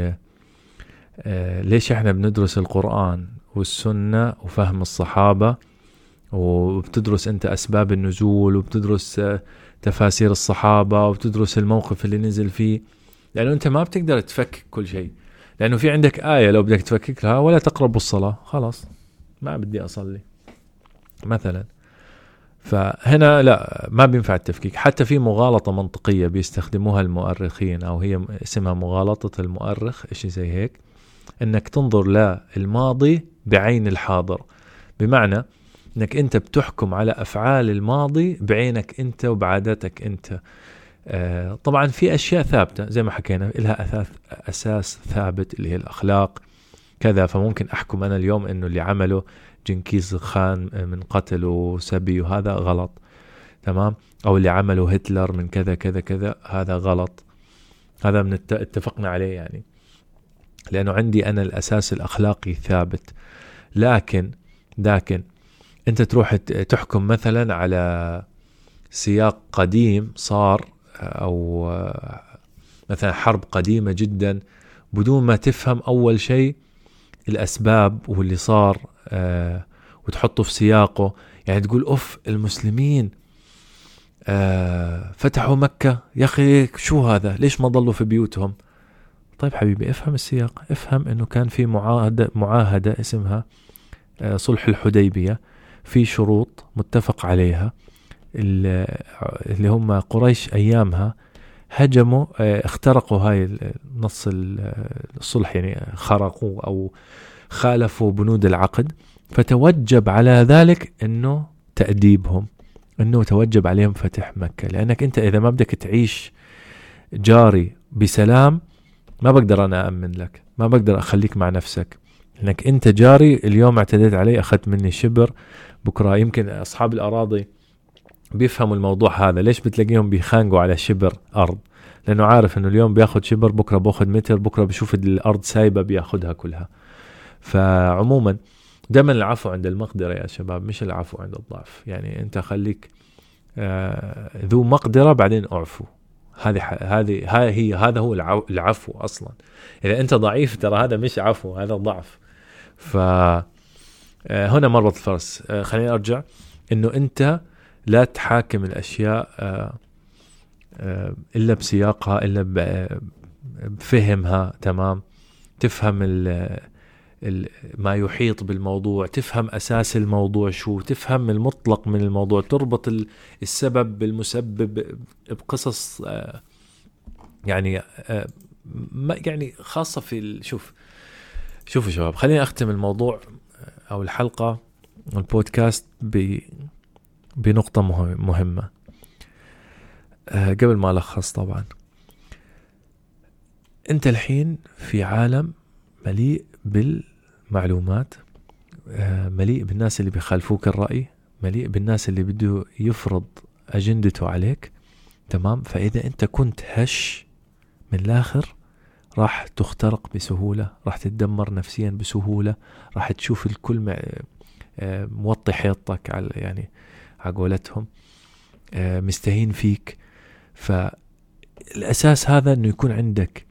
آه ليش احنا بندرس القرآن والسنة وفهم الصحابة، وبتدرس انت اسباب النزول، وبتدرس آه تفاسير الصحابة، وبتدرس الموقف اللي نزل فيه، لانه انت ما بتقدر تفكك كل شيء، لانه في عندك آية لو بدك تفكك لها ولا تقربوا الصلاة، خلاص ما بدي اصلي مثلا. فهنا لا، ما بينفع التفكيك. حتى في مغالطة منطقية بيستخدموها المؤرخين، أو هي اسمها مغالطة المؤرخ، إشي زي هيك، إنك تنظر للماضي بعين الحاضر، بمعنى إنك أنت بتحكم على أفعال الماضي بعينك أنت وبعاداتك أنت. آه طبعا في أشياء ثابتة زي ما حكينا إلها أساس, أساس ثابت اللي هي الأخلاق كذا، فممكن أحكم أنا اليوم إنه اللي عمله جنكيز خان من قتل وسبي وهذا غلط، تمام، أو اللي عمله هتلر من كذا كذا كذا هذا غلط، هذا من اتفقنا عليه يعني، لأنه عندي أنا الأساس الأخلاقي ثابت. لكن لكن أنت تروح تحكم مثلا على سياق قديم صار، أو مثلا حرب قديمة جدا، بدون ما تفهم أول شيء الأسباب واللي صار آه وتحطه في سياقه. يعني تقول أوف المسلمين آه فتحوا مكة، يا أخي شو هذا، ليش ما ضلوا في بيوتهم؟ طيب حبيبي افهم السياق، افهم أنه كان في معاهدة, معاهدة اسمها آه صلح الحديبية، في شروط متفق عليها، اللي هم قريش أيامها هجموا آه اخترقوا هاي نص الصلح، يعني خرقوا أو خالفوا بنود العقد، فتوجب على ذلك انه تأديبهم، انه توجب عليهم فتح مكة. لانك انت اذا ما بدك تعيش جاري بسلام ما بقدر انا أأمن لك، ما بقدر اخليك مع نفسك، لانك انت جاري اليوم اعتديت علي، اخذت مني شبر، بكرة يمكن اصحاب الاراضي بيفهموا الموضوع هذا، ليش بتلاقيهم بيخانقوا على شبر ارض؟ لانه عارف انه اليوم بياخد شبر، بكرة باخد متر، بكرة بشوف الارض سايبة بياخدها كلها. فعموما دائما العفو عند المقدرة يا شباب، مش العفو عند الضعف. يعني انت خليك آه ذو مقدرة بعدين اعفو، هذه هذه هي هذا هو العفو اصلا. اذا انت ضعيف ترى هذا مش عفو، هذا ضعف. ف هنا مربط الفرس. آه خليني ارجع انه انت لا تحاكم الاشياء آه آه الا بسياقها، الا بفهمها، تمام، تفهم ما يحيط بالموضوع، تفهم أساس الموضوع شو، تفهم المطلق من الموضوع، تربط السبب بالمسبب بقصص يعني يعني خاصة في شوف شوفوا شباب، خليني أختم الموضوع أو الحلقة البودكاست بنقطة مهمة قبل ما ألخص. طبعا أنت الحين في عالم مليء بالمعلومات، مليء بالناس اللي بيخالفوك الرأي، مليء بالناس اللي بده يفرض أجندته عليك، تمام. فإذا أنت كنت هش من الآخر راح تخترق بسهولة، راح تتدمر نفسيا بسهولة، راح تشوف الكل موطي حيطك على يعني عقولتهم، مستهين فيك. فالأساس هذا أنه يكون عندك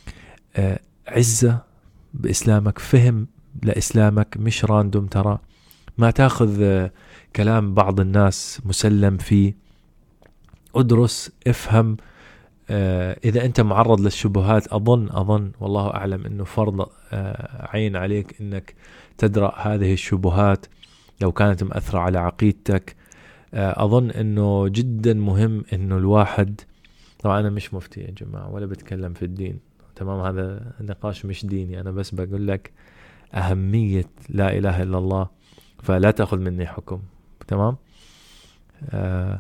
عزة بإسلامك، فهم لإسلامك، مش راندوم. ترى ما تاخذ كلام بعض الناس مسلم فيه، ادرس، افهم. إذا أنت معرض للشبهات، أظن أظن والله أعلم أنه فرض عين عليك أنك تدرأ هذه الشبهات لو كانت مأثرة على عقيدتك. أظن أنه جدا مهم أنه الواحد، طبعا أنا مش مفتي يا جماعة ولا بتكلم في الدين، تمام، هذا النقاش مش ديني، أنا بس بقول لك أهمية لا إله إلا الله، فلا تأخذ مني حكم، تمام. آه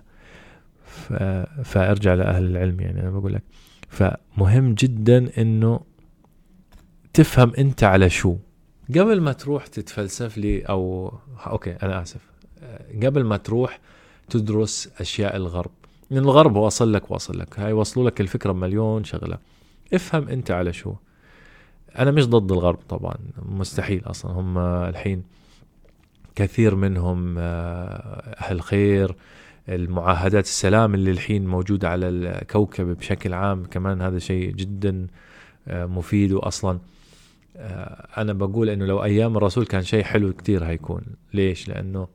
فأرجع لأهل العلم، يعني أنا بقول لك فمهم جدا أنه تفهم أنت على شو قبل ما تروح تتفلسف لي، أو أوكي أنا آسف، قبل ما تروح تدرس أشياء الغرب، من الغرب وصل لك وصل لك هاي وصلوا لك الفكرة مليون شغلة. افهم أنت على شو. أنا مش ضد الغرب طبعا، مستحيل أصلا، هم الحين كثير منهم أهل خير، المعاهدات السلام اللي الحين موجودة على الكوكب بشكل عام كمان هذا شيء جدا مفيد. وأصلا أنا بقول إنه لو أيام الرسول كان شيء حلو كتير هيكون. ليش؟ لأنه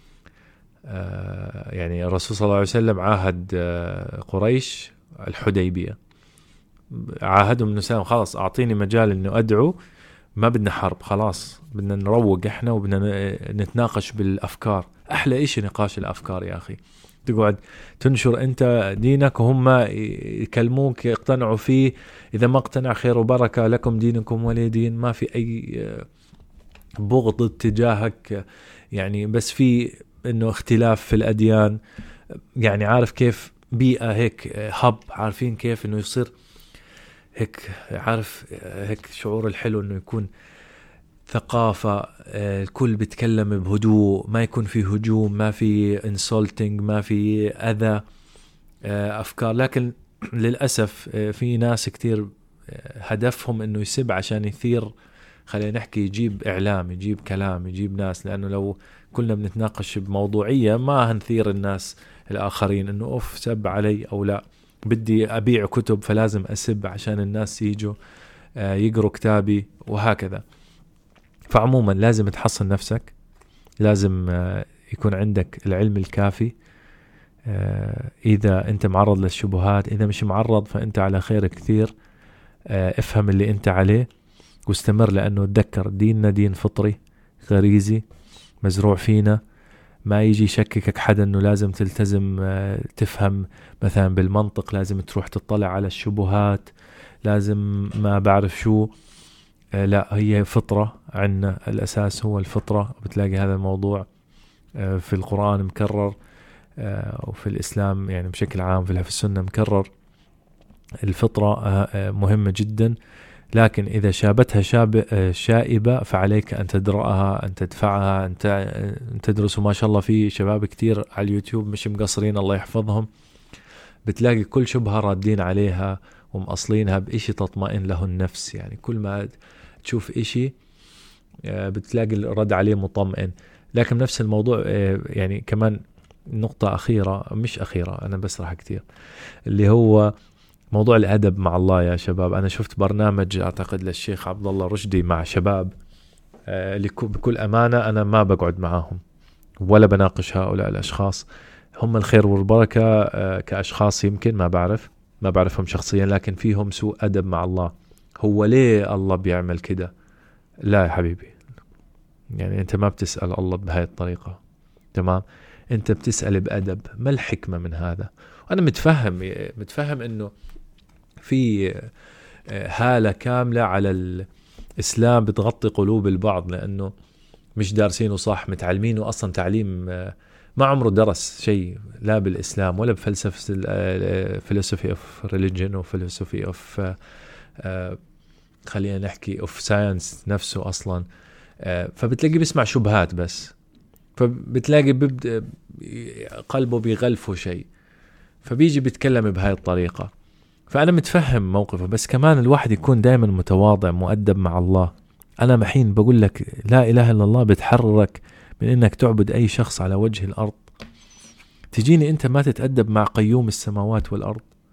يعني الرسول صلى الله عليه وسلم عاهد قريش الحديبية، عاهدهم إنه سلام خلاص أعطيني مجال إنه أدعو، ما بدنا حرب، خلاص بدنا نروق إحنا وبدنا نتناقش بالأفكار. أحلى إشي نقاش الأفكار يا أخي، تقعد تنشر أنت دينك وهم يكلموك يقتنعوا فيه، إذا ما اقتنع خير وبركة، لكم دينكم ولي دين، ما في أي بغض تجاهك، يعني بس في إنه اختلاف في الأديان. يعني عارف كيف بيئة هيك هب، عارفين كيف إنه يصير هيك، عارف هيك شعور الحلو إنه يكون ثقافة، الكل بيتكلم بهدوء، ما يكون في هجوم، ما في insulting، ما في أذى أفكار. لكن للأسف في ناس كتير هدفهم إنه يسب عشان يثير، خلينا نحكي يجيب إعلام، يجيب كلام، يجيب ناس، لأنه لو كلنا بنتناقش بموضوعية ما هنثير الناس الآخرين إنه أوف سب علي أو لا، بدي أبيع كتب فلازم أسب عشان الناس يجوا يقروا كتابي وهكذا. فعموما لازم تحصن نفسك، لازم يكون عندك العلم الكافي. إذا أنت معرض للشبهات، إذا مش معرض فأنت على خير كثير. افهم اللي أنت عليه واستمر، لأنه تذكر ديننا دين فطري غريزي مزروع فينا. ما يجي يشككك حدا أنه لازم تلتزم تفهم مثلا بالمنطق، لازم تروح تطلع على الشبهات، لازم ما بعرف شو. لا، هي فطرة عنا، الأساس هو الفطرة. وبتلاقي هذا الموضوع في القرآن مكرر، وفي الإسلام يعني بشكل عام في السنة مكرر. الفطرة مهمة جدا، لكن إذا شابتها شاب شائبة فعليك أن تدرأها، أن تدفعها، أن تدرس. وما شاء الله في شباب كتير على اليوتيوب مش مقصرين الله يحفظهم، بتلاقي كل شبهة رادين عليها ومأصلينها بإشي تطمئن له النفس. يعني كل ما تشوف إشي بتلاقي الرد عليه مطمئن. لكن نفس الموضوع يعني كمان نقطة أخيرة، مش أخيرة أنا بسرح كتير، اللي هو موضوع الأدب مع الله يا شباب. أنا شفت برنامج أعتقد للشيخ عبد الله رشدي مع شباب، اللي بكل أمانة أنا ما بقعد معاهم ولا بناقش هؤلاء الأشخاص، هم الخير والبركة كأشخاص، يمكن ما بعرف ما بعرفهم شخصيا، لكن فيهم سوء أدب مع الله. هو ليه الله بيعمل كده؟ لا يا حبيبي، يعني أنت ما بتسأل الله بهاي الطريقة، تمام؟ أنت بتسأل بأدب. ما الحكمة من هذا؟ أنا متفهم متفهم إنه في هالة كاملة على الإسلام بتغطي قلوب البعض، لأنه مش دارسينه صح، متعلمينه أصلا تعليم ما عمره درس شيء لا بالإسلام ولا بفلسفة philosophy of religion و philosophy of خلينا نحكي of science نفسه أصلا. فبتلاقي بيسمع شبهات بس، فبتلاقي ببدأ قلبه بيغلفه شيء، فبيجي بيتكلم بهاي الطريقة. فأنا متفهم موقفه، بس كمان الواحد يكون دائما متواضع مؤدب مع الله. أنا محين بقول لك لا إله إلا الله بتحررك من إنك تعبد أي شخص على وجه الأرض. تجيني أنت ما تتأدب مع قيوم السماوات والأرض،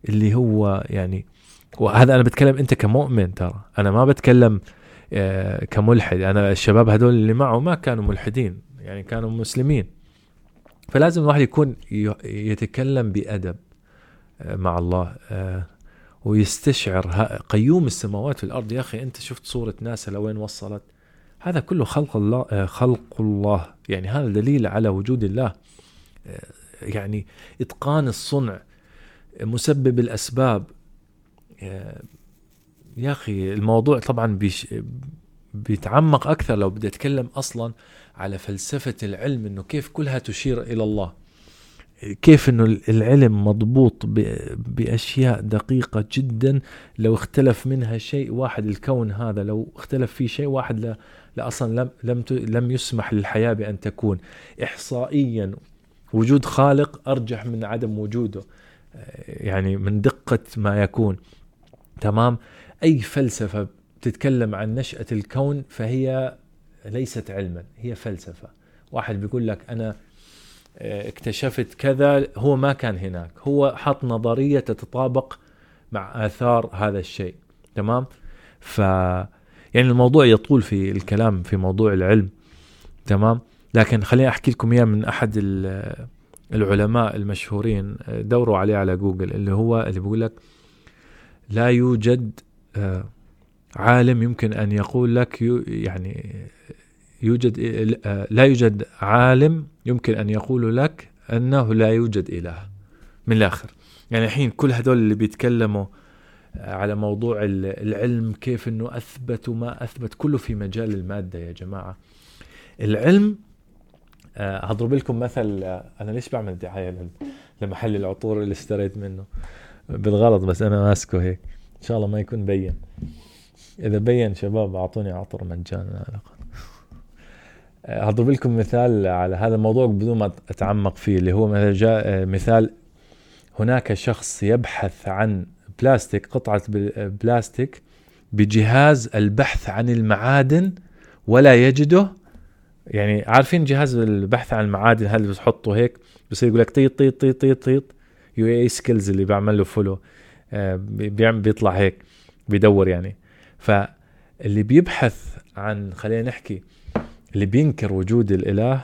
اللي هو يعني، وهذا أنا بتكلم أنت كمؤمن، ترى أنا ما بتكلم آه كملحد. أنا الشباب هدول اللي معه ما كانوا ملحدين، يعني كانوا مسلمين. فلازم الواحد يكون يتكلم بأدب آه مع الله، آه ويستشعر قيوم السماوات والأرض. يا أخي أنت شفت صورة ناسا لوين وصلت؟ هذا كله خلق الله، آه خلق الله، يعني هذا دليل على وجود الله. آه يعني إتقان الصنع، مسبب الأسباب. آه يا أخي الموضوع طبعا بيش بيتعمق أكثر لو بدي أتكلم أصلا على فلسفة العلم، إنه كيف كلها تشير إلى الله، كيف إنه العلم مضبوط بأشياء دقيقة جدا. لو اختلف منها شيء واحد، الكون هذا لو اختلف فيه شيء واحد لا, لا أصلا لم, لم, لم يسمح للحياة بأن تكون. إحصائيا وجود خالق أرجح من عدم وجوده، يعني من دقة ما يكون. تمام. أي فلسفة تتكلم عن نشأة الكون فهي ليست علما، هي فلسفة. واحد بيقول لك أنا اكتشفت كذا، هو ما كان هناك، هو حط نظرية تتطابق مع آثار هذا الشيء. تمام. ف يعني الموضوع يطول في الكلام في موضوع العلم. تمام. لكن خليني أحكي لكم إياه من أحد العلماء المشهورين، دوروا عليه على جوجل، اللي هو اللي بيقول لك لا يوجد عالم يمكن أن يقول لك، يعني يوجد لا يوجد عالم يمكن أن يقول لك أنه لا يوجد إله. من الآخر يعني الحين كل هدول اللي بيتكلموا على موضوع العلم كيف أنه أثبت وما أثبت، كله في مجال المادة يا جماعة. العلم أه هضرب لكم مثل. أنا ليش بعمل دعاية لمحل العطور اللي اشتريت منه بالغلط، بس أنا ماسكه هيك إن شاء الله ما يكون بين. إذا بين شباب أعطوني عطر مجانا. هضرب لكم مثال على هذا الموضوع بدون ما أتعمق فيه، اللي هو مثلا جاء مثال، هناك شخص يبحث عن بلاستيك، قطعة بلاستيك، بجهاز البحث عن المعادن ولا يجده. يعني عارفين جهاز البحث عن المعادن هذا اللي بتحطه هيك بصير يقول لك طيط طيط طيط طيط طيط، يو اي سكيلز اللي بيعمل له فولو، بيعمل بيطلع هيك بيدور يعني. فاللي بيبحث عن، خلينا نحكي اللي بينكر وجود الإله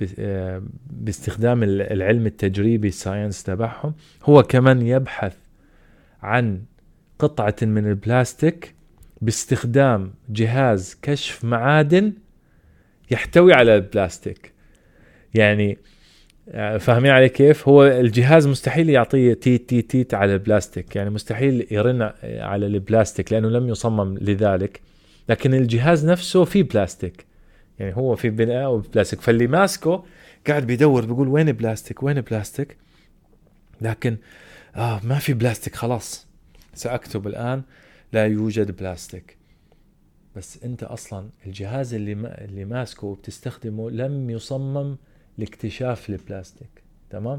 باستخدام العلم التجريبي الساينس تبعهم، هو كمان يبحث عن قطعة من البلاستيك باستخدام جهاز كشف معادن يحتوي على البلاستيك. يعني فاهمين علي كيف؟ هو الجهاز مستحيل يعطيه تيت تيت تيت على البلاستيك، يعني مستحيل يرن على البلاستيك لأنه لم يصمم لذلك. لكن الجهاز نفسه فيه بلاستيك، يعني هو في بناء وبلاستيك، فاللي ماسكه قاعد بيدور بيقول وين بلاستيك وين بلاستيك، لكن آه ما في بلاستيك، خلاص سأكتب الآن لا يوجد بلاستيك. بس أنت أصلا الجهاز اللي ما اللي ماسكه وبتستخدمه لم يصمم لاكتشاف البلاستيك. تمام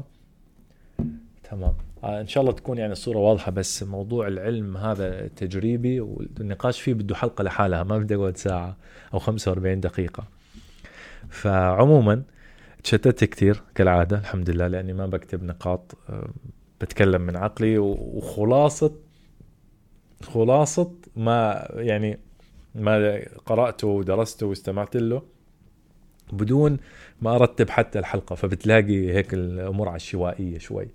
تمام. آه إن شاء الله تكون يعني الصورة واضحة. بس موضوع العلم هذا تجريبي والنقاش فيه بده حلقة لحالها، ما بدي أقعد ساعة أو خمسة وأربعين دقيقة. فعموما تشتت كتير كالعادة، الحمد لله، لأني ما بكتب نقاط، بتكلم من عقلي وخلاصة خلاصة ما يعني ما قرأته ودرسته واستمعت له بدون ما أرتب حتى الحلقة، فبتلاقي هيك الأمور عشوائية شوي.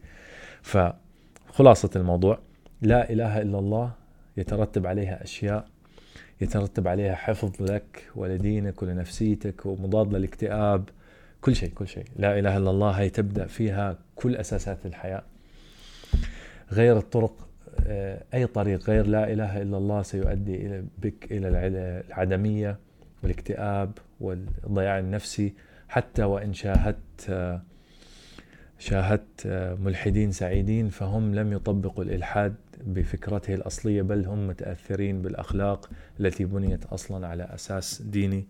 فخلاصة الموضوع لا إله إلا الله يترتب عليها أشياء، يترتب عليها حفظ لك ولدينك ولنفسيتك ومضاد للاكتئاب، كل شيء كل شيء. لا إله إلا الله هي تبدأ فيها كل أساسات الحياة. غير الطرق، أي طريق غير لا إله إلا الله سيؤدي إلى بك إلى العدمية والاكتئاب والضياع النفسي. حتى وإن شاهدت شاهدت ملحدين سعيدين فهم لم يطبقوا الإلحاد بفكرته الأصلية، بل هم متأثرين بالأخلاق التي بنيت أصلا على أساس ديني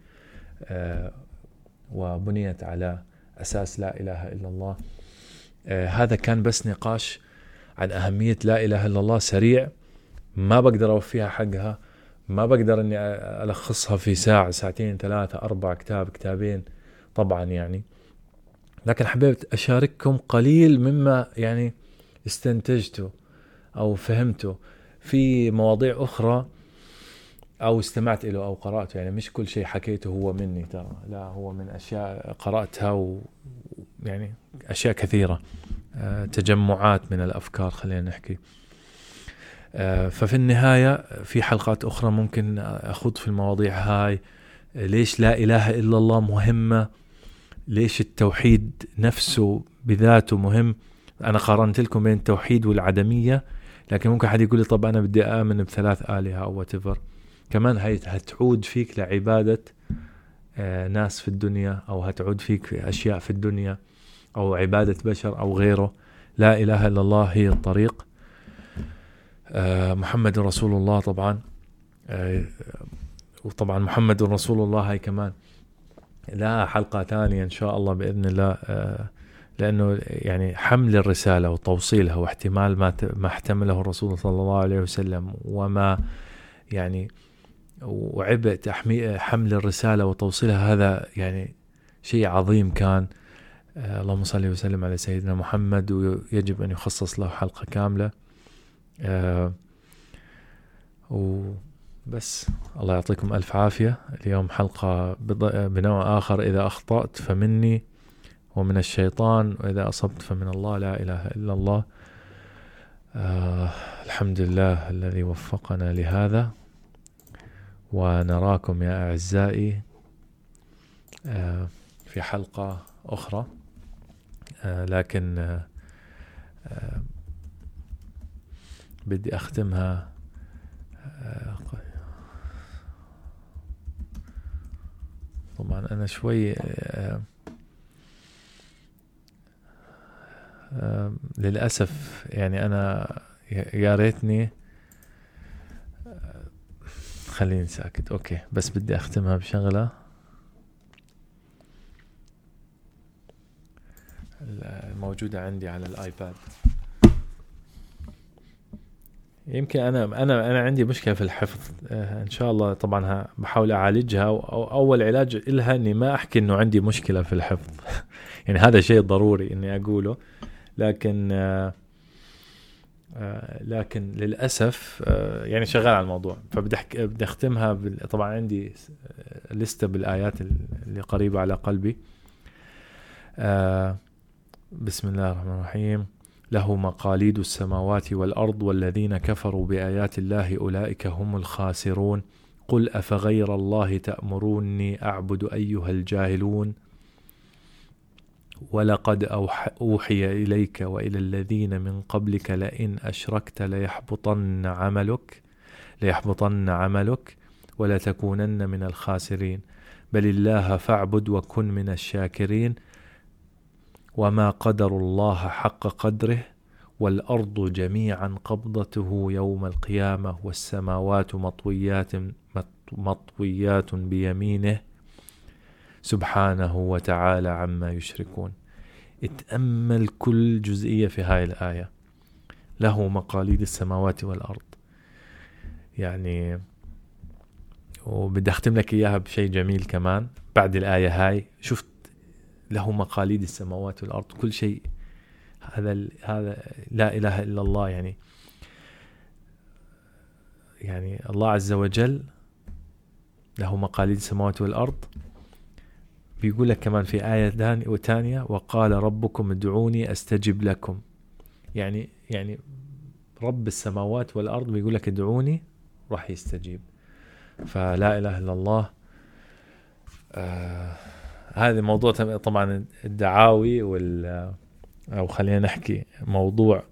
وبنيت على أساس لا إله إلا الله. هذا كان بس نقاش عن أهمية لا إله إلا الله سريع، ما بقدر أوفيها حقها، ما بقدر أني ألخصها في ساعة ساعتين ثلاثة أربع كتاب كتابين طبعا يعني. لكن حبيت أشارككم قليل مما يعني استنتجته أو فهمته في مواضيع أخرى أو استمعت إله أو قرأته. يعني مش كل شيء حكيته هو مني ترى، لا، هو من أشياء قرأتها و يعني أشياء كثيرة، أه تجمعات من الأفكار خلينا نحكي. أه ففي النهاية في حلقات أخرى ممكن أخوض في المواضيع هاي. ليش لا إله إلا الله مهمة؟ ليش التوحيد نفسه بذاته مهم؟ أنا قارنت لكم بين التوحيد والعدمية، لكن ممكن حد يقول لي طب أنا بدي آمن بثلاث آلهة أو whatever. كمان هي هتعود فيك لعبادة آه ناس في الدنيا، أو هتعود فيك أشياء في الدنيا، أو عبادة بشر أو غيره. لا إله إلا الله هي الطريق. آه محمد رسول الله طبعا. آه وطبعا محمد رسول الله هاي كمان لا حلقة ثانية إن شاء الله بإذن الله، آه لأنه يعني حمل الرسالة وتوصيلها واحتمال ما ما احتمله الرسول صلى الله عليه وسلم، وما يعني وعبء تحمي حمل الرسالة وتوصيلها، هذا يعني شيء عظيم كان. آه اللهم صل وسلم على سيدنا محمد، ويجب أن يخصص له حلقة كاملة. آه وبس الله يعطيكم ألف عافية. اليوم حلقة بنوع آخر، إذا أخطأت فمني ومن الشيطان، وإذا أصبت فمن الله، لا إله إلا الله. آه الحمد لله الذي وفقنا لهذا، ونراكم يا أعزائي آه في حلقة أخرى. آه لكن آه آه بدي أختمها آه طبعا أنا شوي آه آه للأسف يعني أنا يا ريتني آه خليني ساكت أوكي، بس بدي أختمها بشغلة الموجودة عندي على الآيباد. يمكن أنا أنا أنا عندي مشكلة في الحفظ آه إن شاء الله طبعا بحاول أعالجها، أو أول علاج إلها إني ما أحكي إنه عندي مشكلة في الحفظ يعني هذا شيء ضروري إني أقوله، لكن آه آه لكن للأسف آه يعني شغال على الموضوع. فبدي بدي أختمها طبعا عندي لستة بالآيات اللي قريبة على قلبي. آه بسم الله الرحمن الرحيم. له مقاليد السماوات والأرض والذين كفروا بآيات الله أولئك هم الخاسرون. قل أفغير الله تأمروني أعبد أيها الجاهلون. ولقد أوحي إليك وإلى الذين من قبلك لئن أشركت ليحبطن عملك ليحبطن عملك ولتكونن من الخاسرين. بل الله فاعبد وكن من الشاكرين. وما قدر الله حق قدره والأرض جميعا قبضته يوم القيامة والسماوات مطويات مطويات بيمينه سبحانه وتعالى عما يشركون. اتأمل كل جزئية في هاي الآية. له مقاليد السماوات والأرض، يعني وبدي أختم لك إياها بشيء جميل كمان بعد الآية هاي. شفت له مقاليد السماوات والأرض، كل شيء هذا هذا لا إله إلا الله. يعني يعني الله عز وجل له مقاليد السماوات والأرض. بيقول لك كمان في آية وثانية وقال ربكم ادعوني أستجب لكم. يعني يعني رب السماوات والأرض بيقول لك ادعوني راح يستجيب. فلا إله إلا الله. آه هذا موضوع طبعا الدعاوي وال أو خلينا نحكي موضوع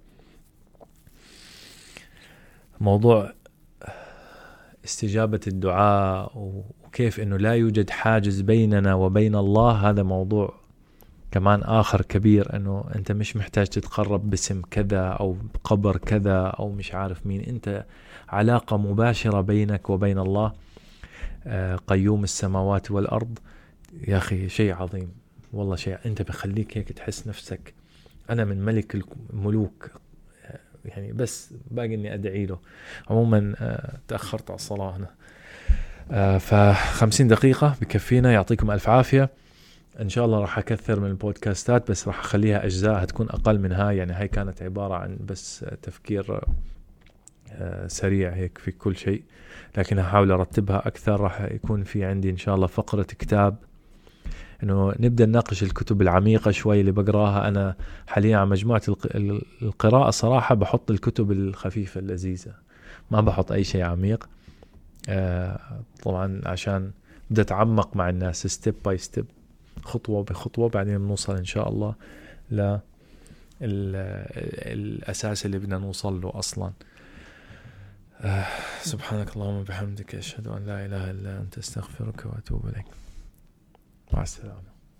موضوع استجابة الدعاء، وكيف إنه لا يوجد حاجز بيننا وبين الله. هذا موضوع كمان آخر كبير، إنه أنت مش محتاج تتقرب باسم كذا أو بقبر كذا أو مش عارف مين. أنت علاقة مباشرة بينك وبين الله قيوم السماوات والأرض. يا أخي شيء عظيم والله، شيء أنت بخليك هيك تحس نفسك أنا من ملك الملوك يعني، بس باقي إني أدعي له. عموما تأخرت على الصلاة هنا، فخمسين دقيقة بكفينا. يعطيكم ألف عافية. إن شاء الله راح أكثر من البودكاستات، بس راح أخليها أجزاء هتكون أقل من هاي. يعني هاي كانت عبارة عن بس تفكير سريع هيك في كل شيء، لكن هحاول أرتبها أكثر. راح يكون في عندي إن شاء الله فقرة كتاب، إنه نبدأ نناقش الكتب العميقة شوي اللي بقراها. أنا حاليا على مجموعة القراءة صراحة بحط الكتب الخفيفة اللذيذة، ما بحط أي شيء عميق. طبعا عشان بدأ أتعمق مع الناس ستيب باي ستيب، خطوة بخطوة، بعدين بنوصل إن شاء الله ل الأساس اللي بدنا نوصل له أصلا. آه سبحانك اللهم وبحمدك، أشهد أن لا إله إلا أنت، أستغفرك وأتوب إليك. مع السلامة.